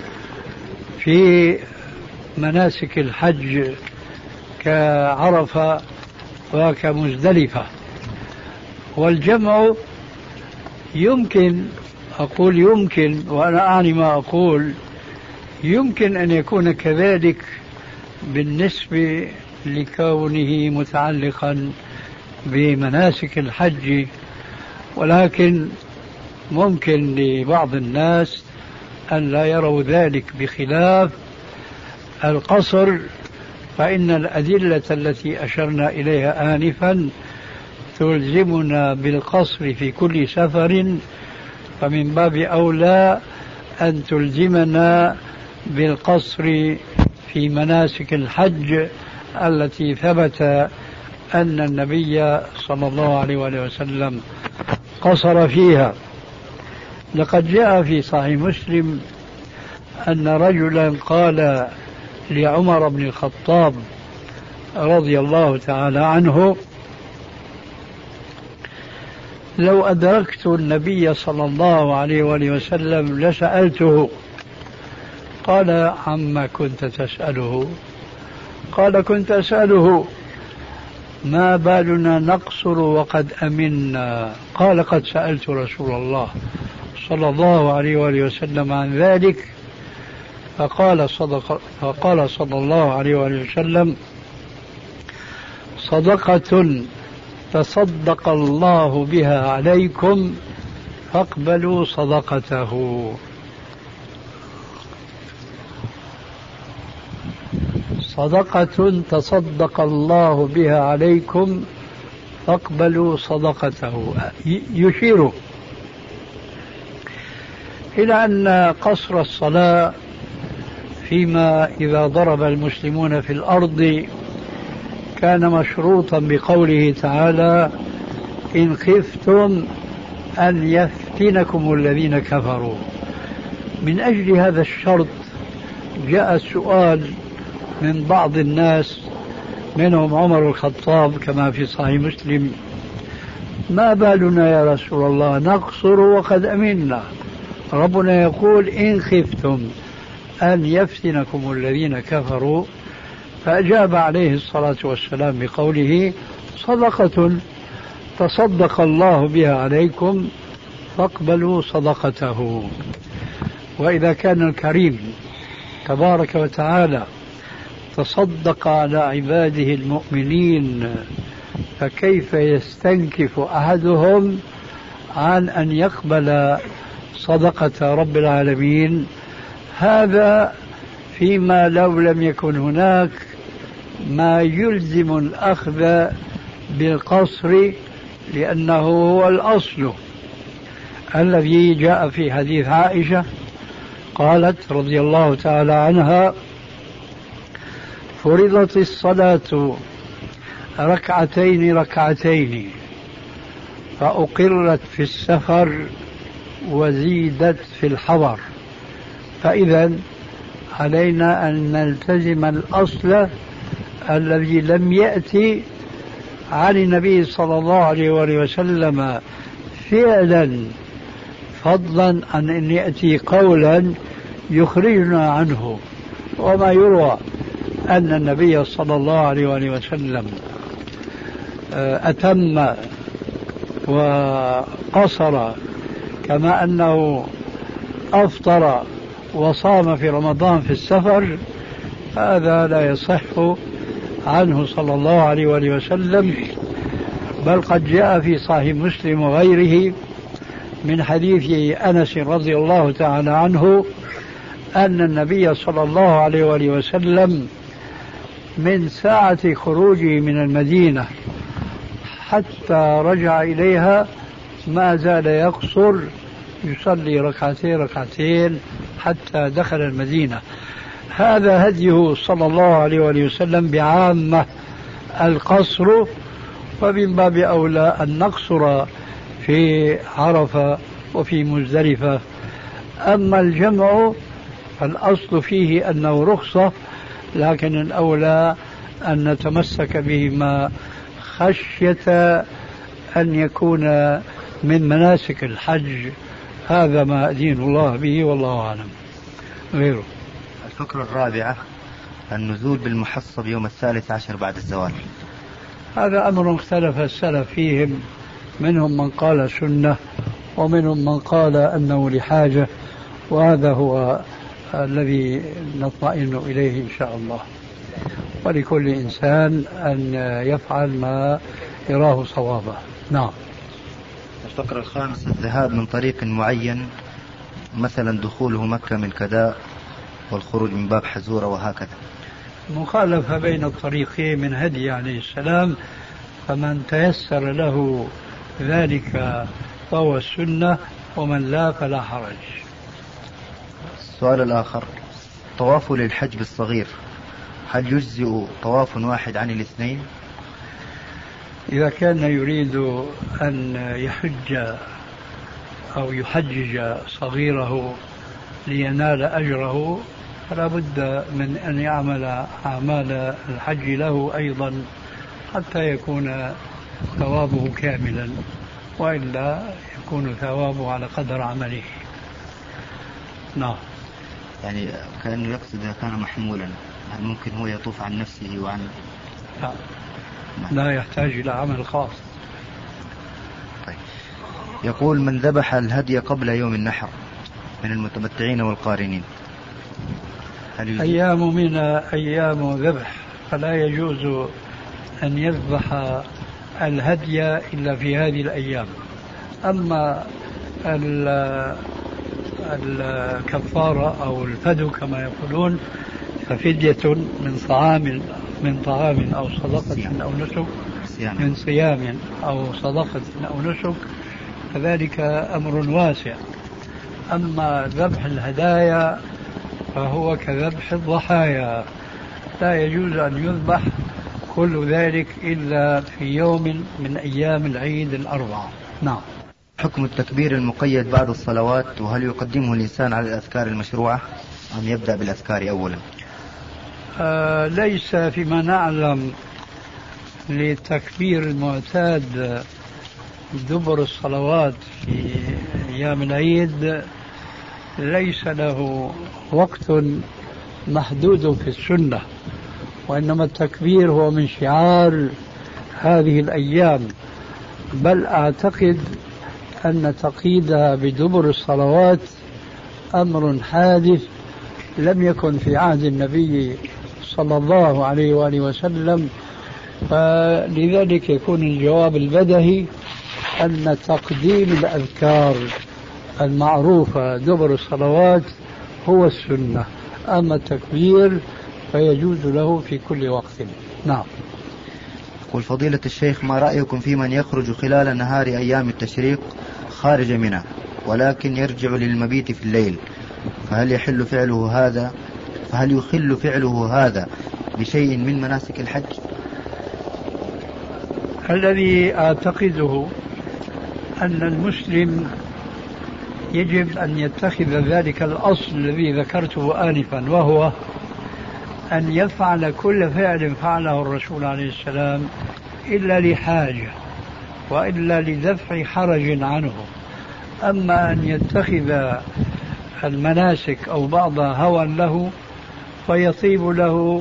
في مناسك الحج كعرفة وكمزدلفة. والجمع يمكن، أقول يمكن وأنا أعني ما أقول، يمكن أن يكون كذلك بالنسبة لكونه متعلقا بمناسك الحج، ولكن ممكن لبعض الناس أن لا يروا ذلك، بخلاف القصر فإن الأدلة التي أشرنا إليها آنفا تلزمنا بالقصر في كل سفر، فمن باب أولى أن تلزمنا بالقصر في مناسك الحج التي ثبت أن النبي صلى الله عليه وسلم قصر فيها. لقد جاء في صحيح مسلم أن رجلا قال لعمر بن الخطاب رضي الله تعالى عنه: لو أدركت النبي صلى الله عليه وسلم لسألته. قال: عما كنت تسأله؟ قال: كنت أسأله ما بالنا نقصر وقد أمنا. قال: قد سألت رسول الله صلى الله عليه وسلم عن ذلك، فقال صدق فقال صلى الله عليه وسلم: صدقة تصدق الله بها عليكم فاقبلوا صدقته. صدقة تصدق الله بها عليكم فاقبلوا صدقته، يشير إلى أن قصر الصلاة فيما إذا ضرب المسلمون في الأرض كان مشروطا بقوله تعالى: إن خفتم أن يفتنكم الذين كفروا. من أجل هذا الشرط جاء السؤال من بعض الناس منهم عمر الخطاب كما في صحيح مسلم: ما بالنا يا رسول الله نقصر وقد أمنا؟ ربنا يقول: إن خفتم أن يفتنكم الذين كفروا. فأجاب عليه الصلاة والسلام بقوله: صدقة تصدق الله بها عليكم فاقبلوا صدقته. وإذا كان الكريم تبارك وتعالى تصدق على عباده المؤمنين، فكيف يستنكف أحدهم عن أن يقبل صدقة رب العالمين؟ هذا فيما لو لم يكن هناك ما يلزم الأخذ بالقصر، لأنه هو الأصل الذي جاء في حديث عائشة قالت رضي الله تعالى عنها: فرضت الصلاة ركعتين ركعتين فأقرت في السفر وزيدت في الحضر. فإذا علينا أن نلتزم الأصل الذي لم يأتي عن النبي صلى الله عليه وسلم فعلا، فضلا عن أن يأتي قولا يخرجنا عنه. وما يروى أن النبي صلى الله عليه وسلم أتم وقصر، كما أنه أفطر وصام في رمضان في السفر، هذا لا يصح عنه صلى الله عليه وسلم. بل قد جاء في صحيح مسلم وغيره من حديث أنس رضي الله تعالى عنه أن النبي صلى الله عليه وسلم من ساعة خروجه من المدينة حتى رجع إليها ما زال يقصر، يصلي ركعتين ركعتين حتى دخل المدينة. هذا هديه صلى الله عليه وسلم بعامة القصر، ومن باب أولى أن نقصر في عرفة وفي مزدلفة. أما الجمع فالأصل فيه أنه رخصة، لكن الأولى أن نتمسك بهما خشية أن يكون من مناسك الحج. هذا ما أدين الله به والله أعلم. غيره. الفكرة الرابعة: النزول بالمحصب يوم الثالث عشر بعد الزوال. هذا أمر اختلف السلف فيهم، منهم من قال سنة ومنهم من قال أنه لحاجة، وهذا هو الذي نطمئن إليه إن شاء الله. ولكل إنسان أن يفعل ما يراه صوابا. نعم. الفقرة الخامسة: الذهاب من طريق معين، مثلا دخوله مكة من كذا والخروج من باب حزورة وهكذا؟ مخالفة بين الطريقين من هدي عليه السلام، فمن تيسر له ذلك فهو السنة، ومن لا فلا حرج. السؤال الآخر: طواف للحج بالصغير هل يجزئ طواف واحد عن الاثنين؟ إذا كان يريد أن يحج أو يحجج صغيره لينال أجره فلا بد من أن يعمل أعمال الحج له أيضا حتى يكون ثوابه كاملا، وإلا يكون ثوابه على قدر عمله. نعم. يعني كأنه يقصد إذا كان محمولا هل ممكن هو يطوف عن نفسه وعن؟ لا, لا يحتاج إلى عمل خاص. طيب. يقول: من ذبح الهدي قبل يوم النحر من المتمتعين والقارنين هل أيام من أيام ذبح، فلا يجوز أن يذبح الهدي إلا في هذه الأيام. أما الكفارة أو الفدو كما يقولون ففدية من طعام من طعام أو صدقة أو نسك، من صيام أو صدقة أو نسك، فذلك أمر واسع. أما ذبح الهدايا فهو كذبح الضحايا، لا يجوز أن يذبح كل ذلك إلا في يوم من أيام العيد الأربعة. نعم. حكم التكبير المقيد بعد الصلوات، وهل يقدمه الإنسان على الأذكار المشروعة أم يبدأ بالأذكار أولا؟ آه ليس فيما نعلم للتكبير المعتاد دبر الصلوات في أيام العيد ليس له وقت محدود في السنة، وإنما التكبير هو من شعار هذه الأيام. بل أعتقد أن تقييدها بدبر الصلوات أمر حادث لم يكن في عهد النبي صلى الله عليه وآله وسلم، فلذلك يكون الجواب البدهي أن تقديم الأذكار المعروفة دبر الصلوات هو السنة، أما التكبير فيجوز له في كل وقت. نعم. يقول: فضيلة الشيخ، ما رأيكم في من يخرج خلال نهار أيام التشريق خارج منى ولكن يرجع للمبيت في الليل، فهل يحل فعله هذا فهل يخل فعله هذا بشيء من مناسك الحج؟ الذي أعتقده أن المسلم يجب أن يتخذ ذلك الأصل الذي ذكرته آنفا، وهو أن يفعل كل فعل فعله الرسول عليه السلام إلا لحاجة وإلا لدفع حرج عنه. أما أن يتخذ المناسك أو بعضها هوى له فيطيب له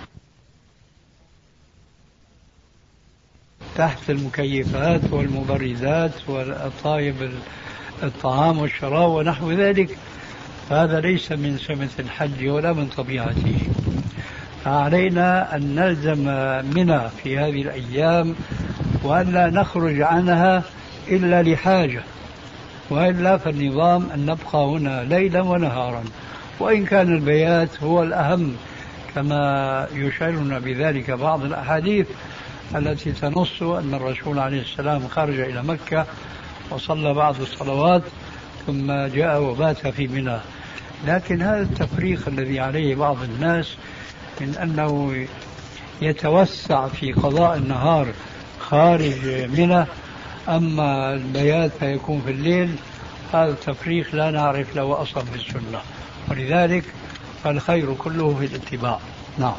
تحت المكيفات والمبردات والطايب الطعام والشراب ونحو ذلك، هذا ليس من سمة الحج ولا من طبيعته. فعلينا أن نلزم منى في هذه الأيام وأن لا نخرج عنها إلا لحاجة، وإلا فالنظام أن نبقى هنا ليلا ونهارا، وإن كان البيات هو الأهم كما يشعرنا بذلك بعض الأحاديث التي تنص أن الرسول عليه السلام خرج إلى مكة وصلى بعض الصلوات ثم جاء وبات في منى. لكن هذا التفريق الذي عليه بعض الناس من أنه يتوسع في قضاء النهار خارج منى أما البيات فيكون في الليل، هذا التفريق لا نعرف له أصلا في السنة، ولذلك فالخير كله في الاتباع. نعم.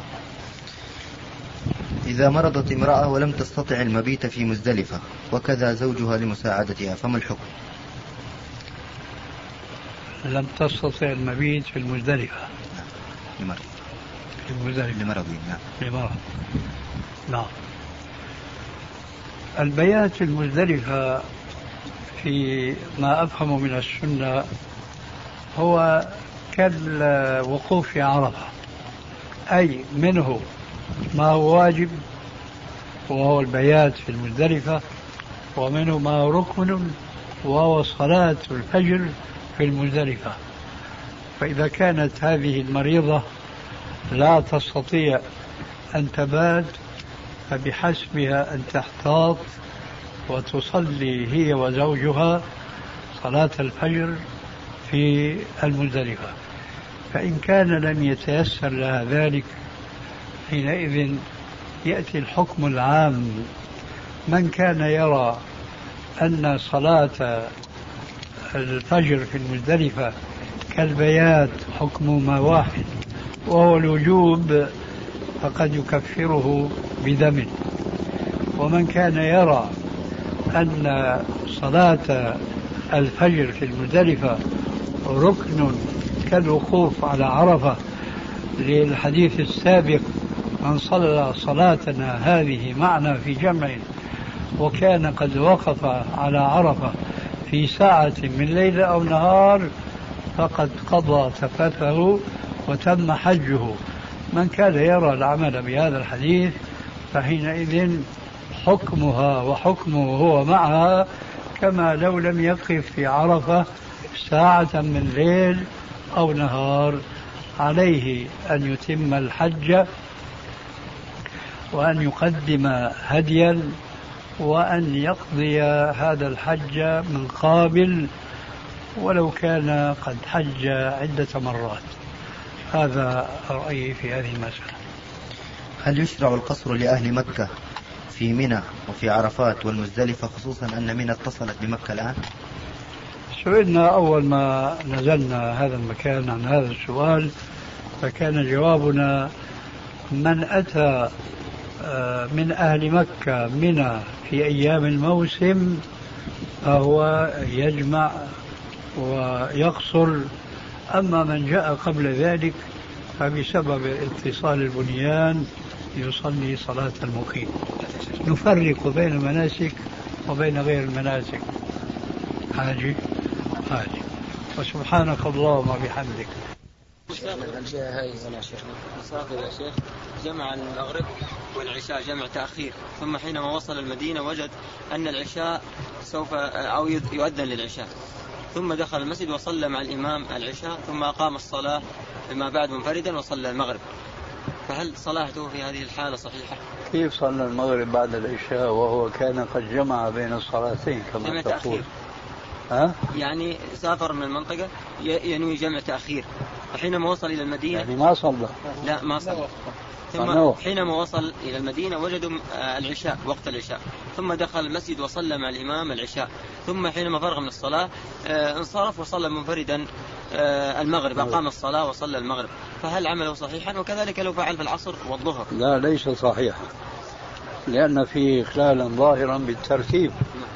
إذا مرضت امرأة ولم تستطع المبيت في مزدلفة وكذا زوجها لمساعدتها فما الحكم؟ لم تستطع المبيت في المزدلفة لمرض في المزدلفة لمرض نعم لمرض نعم. البيات في المزدلفة في ما أفهم من السنة هو كالوقوف في عرفة، أي منه ما هو واجب وهو البيات في المزدلفة، ومنه ما هو ركن وهو صلاة الفجر في المزدلفة. فإذا كانت هذه المريضة لا تستطيع أن تبات فبحسبها أن تحتاط وتصلي هي وزوجها صلاة الفجر في المزدلفة. فإن كان لم يتيسر لها ذلك حينئذ يأتي الحكم العام. من كان يرى أن صلاة الفجر في المزدلفة كالبيات حكمهما واحد وهو الوجوب فقد يكفره بدم. ومن كان يرى أن صلاة الفجر في المزدلفة ركن كالوقوف على عرفة للحديث السابق من صلى صلاتنا هذه معنا في جمع وكان قد وقف على عرفة في ساعة من ليل أو نهار فقد قضى تفته وتم حجه. من كان يرى العمل بهذا الحديث فحينئذ حكمها وحكمه هو معها كما لو لم يقف في عرفة ساعة من ليل أو نهار. عليه أن يتم الحج وأن يقدم هديا وأن يقضي هذا الحج من قابل ولو كان قد حج عدة مرات. هذا رأيي في هذه المسألة. هل يشرع القصر لأهل مكة في منى وفي عرفات والمزدلفة خصوصا أن منى اتصلت بمكة الآن؟ سئلنا أول ما نزلنا هذا المكان عن هذا السؤال فكان جوابنا من أتى من أهل مكة منى في أيام الموسم فهو يجمع ويقصر. أما من جاء قبل ذلك فبسبب اتصال البنيان يصلي صلاة المقيم. نفرق بين المناسك وبين غير المناسك. حاجي حاجي وسبحانك اللهم وبحمدك. مسافر يا شيخ جمع المغرب والعشاء جمع تأخير، ثم حينما وصل المدينة وجد أن العشاء سوف أو يؤذن للعشاء، ثم دخل المسجد وصلى مع الإمام العشاء ثم أقام الصلاة ما بعد منفردا وصلى المغرب، فهل صلاته في هذه الحالة صحيحة؟ كيف صلى المغرب بعد العشاء وهو كان قد جمع بين الصلاتين كما تقول؟ ها؟ يعني سافر من المنطقة ينوي جمع تأخير، وحينما وصل إلى المدينة يعني ما صلى؟ لا ما صلى. ثم حينما وصل إلى المدينة وجدوا العشاء وقت العشاء، ثم دخل المسجد وصلى مع الإمام العشاء، ثم حينما فرغ من الصلاة انصرف وصلى منفردا المغرب، أقام الصلاة وصلى المغرب، فهل عمله صحيحا؟ وكذلك لو فعل في العصر والظهر؟ لا ليس صحيحا، لأن فيه إخلالا ظاهرا بالترتيب.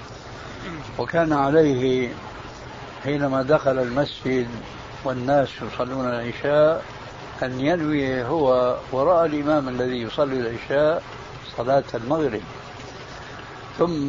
وكان عليه حينما دخل المسجد والناس يصلون العشاء أن ينوي هو وراء الإمام الذي يصلي العشاء صلاة المغرب، ثم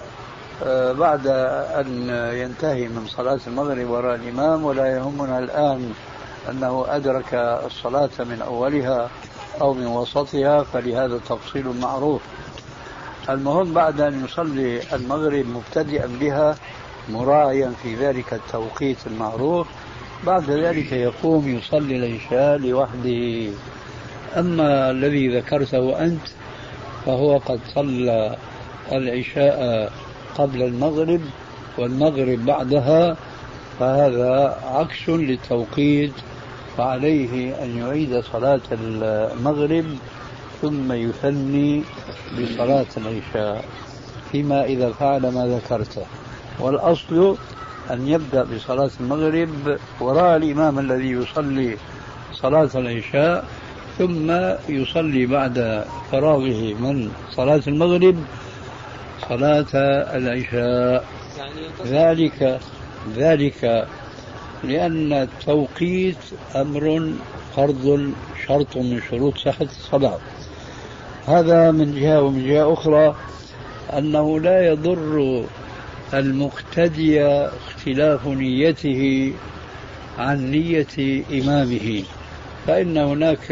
بعد أن ينتهي من صلاة المغرب وراء الإمام، ولا يهمنا الآن أنه أدرك الصلاة من أولها أو من وسطها فلهذا تفصيل معروف. المهم بعد أن يصلي المغرب مبتدئا بها مراعيا في ذلك التوقيت المعروف، بعد ذلك يقوم يصلي العشاء لوحده. أما الذي ذكرته أنت فهو قد صلى العشاء قبل المغرب والمغرب بعدها، فهذا عكس للتوقيت، فعليه أن يعيد صلاة المغرب ثم يثني بصلاة العشاء فيما إذا فعل ما ذكرته. والأصل أن يبدأ بصلاة المغرب وراء الإمام الذي يصلي صلاة العشاء، ثم يصلي بعد فراغه من صلاة المغرب صلاة العشاء. ذلك ذلك لأن التوقيت أمر فرض شرط من شروط صحة الصلاة. هذا من جهة. ومن جهة أخرى أنه لا يضر المقتدي اختلاف نيته عن نية إمامه، فإن هناك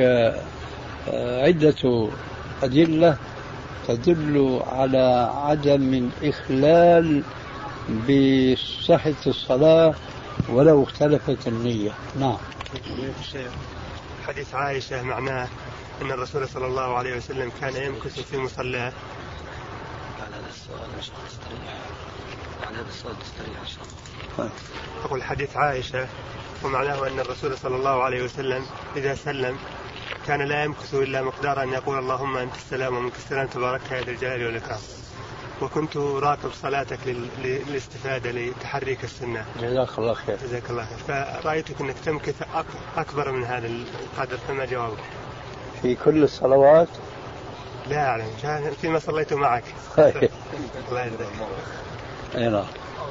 عدة أدلة تدل على عدم الإخلال بصحة الصلاة ولو اختلفت النية. نعم. حديث عائشة معناه أن الرسول صلى الله عليه وسلم كان يمكث في مصلاه. على هذا السؤال إن شاء الله تستريح. على هذا السؤال تستريح إن شاء الله. أقول حديث عائشة ومعناه أن الرسول صلى الله عليه وسلم إذا سلم كان لا يمكث إلا مقدار أن يقول اللهم أنت السلام ومنك السلام تبارك يا ذا الجلال والإكرام. وكنت راقب صلاتك للاستفادة لتحريك السنة. جزاك الله خير. جزاك الله خير. فرأيتك أنك تمكث أكبر من هذا القدر، فما جوابك؟ في كل الصلوات؟ لا أعلم، فيما صليت معك. الله يجزاك. أي نعم.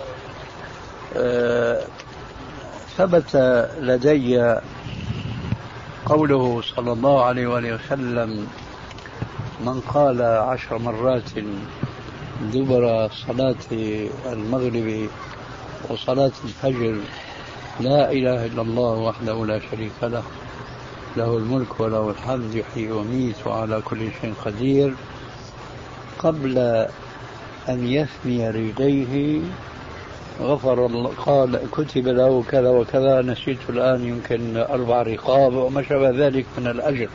أه ثبت لدي قوله صلى الله عليه وآله وسلم: من قال عشر مرات دبر صلاة المغرب وصلاة الفجر لا إله إلا الله وحده لا شريك له له الملك وله الحمد يحيي ويميت وعلى كل شيء قدير، قبل أن يثني رجليه غفر الله، قال كتب له كذا وكذا، نسيت الآن، يمكن أربع رقاب وما شابه ذلك من الأجر.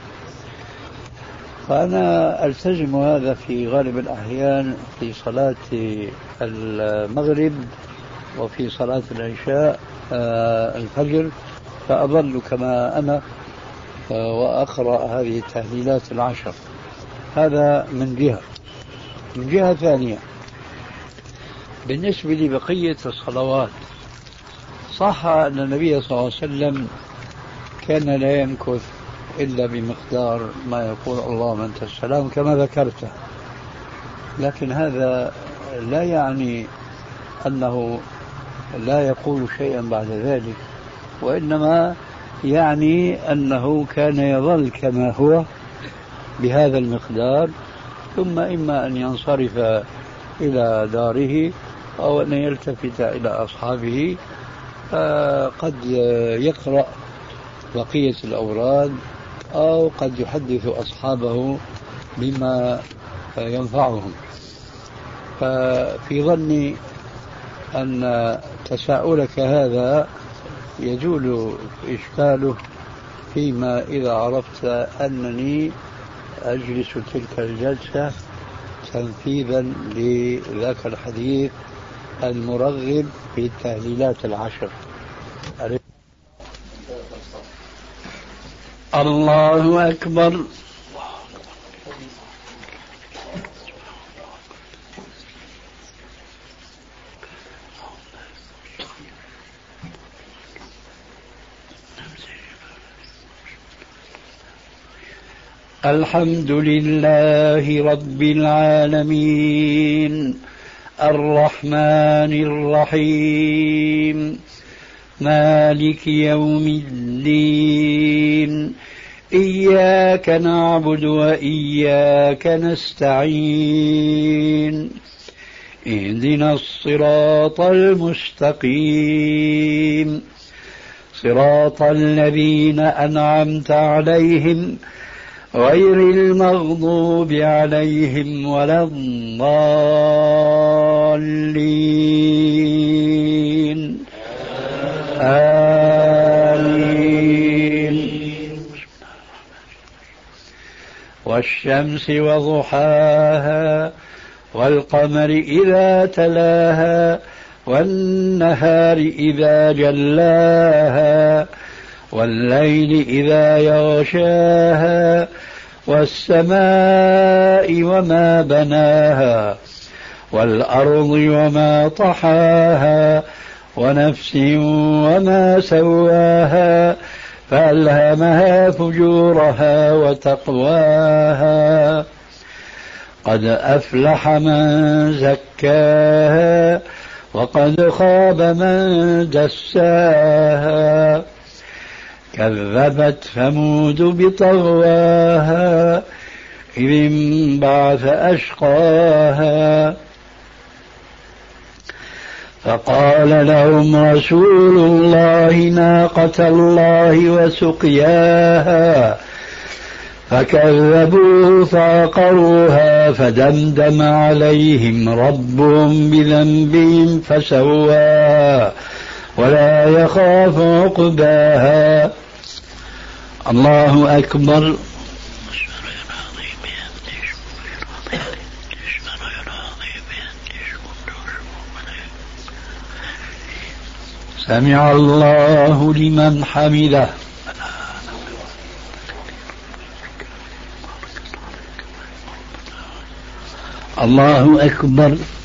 فأنا ألتزم هذا في غالب الأحيان في صلاة المغرب وفي صلاة العشاء الفجر، فأظل كما أنا وأقرأ هذه التهليلات العشر. هذا من جهة. من جهة ثانية، بالنسبة لبقية الصلوات، صح أن النبي صلى الله عليه وسلم كان لا يمكث إلا بمقدار ما يقول اللهم أنت السلام كما ذكرته، لكن هذا لا يعني أنه لا يقول شيئا بعد ذلك، وإنما يعني أنه كان يظل كما هو بهذا المقدار، ثم إما أن ينصرف إلى داره أو أن يلتفت إلى أصحابه، قد يقرأ بقية الأوراد أو قد يحدث أصحابه بما ينفعهم. ففي ظني أن تساؤلك هذا يجول إشكاله فيما إذا عرفت أنني أجلس تلك الجلسة تنفيذا لذاك الحديث المرغب في التهليلات العشر. الله أكبر. الحمد لله رب العالمين الرحمن الرحيم مالك يوم الدين إياك نعبد وإياك نستعين اهدنا الصراط المستقيم صراط الذين أنعمت عليهم غير المغضوب عليهم ولا الضالين آمين. والشمس وضحاها والقمر إذا تلاها والنهار إذا جلاها والليل إذا يغشاها والسماء وما بناها والأرض وما طحاها ونفس وما سواها فألهمها فجورها وتقواها قد أفلح من زكاها وقد خاب من دساها كذبت ثمود بطغواها إذ انبعث أشقاها فقال لهم رسول الله ناقة الله وسقياها فكذبوه فعقروها فدمدم عليهم ربهم بذنبهم فسواها ولا يخاف عقباها. الله أكبر. سمع الله لمن حمده. الله أكبر.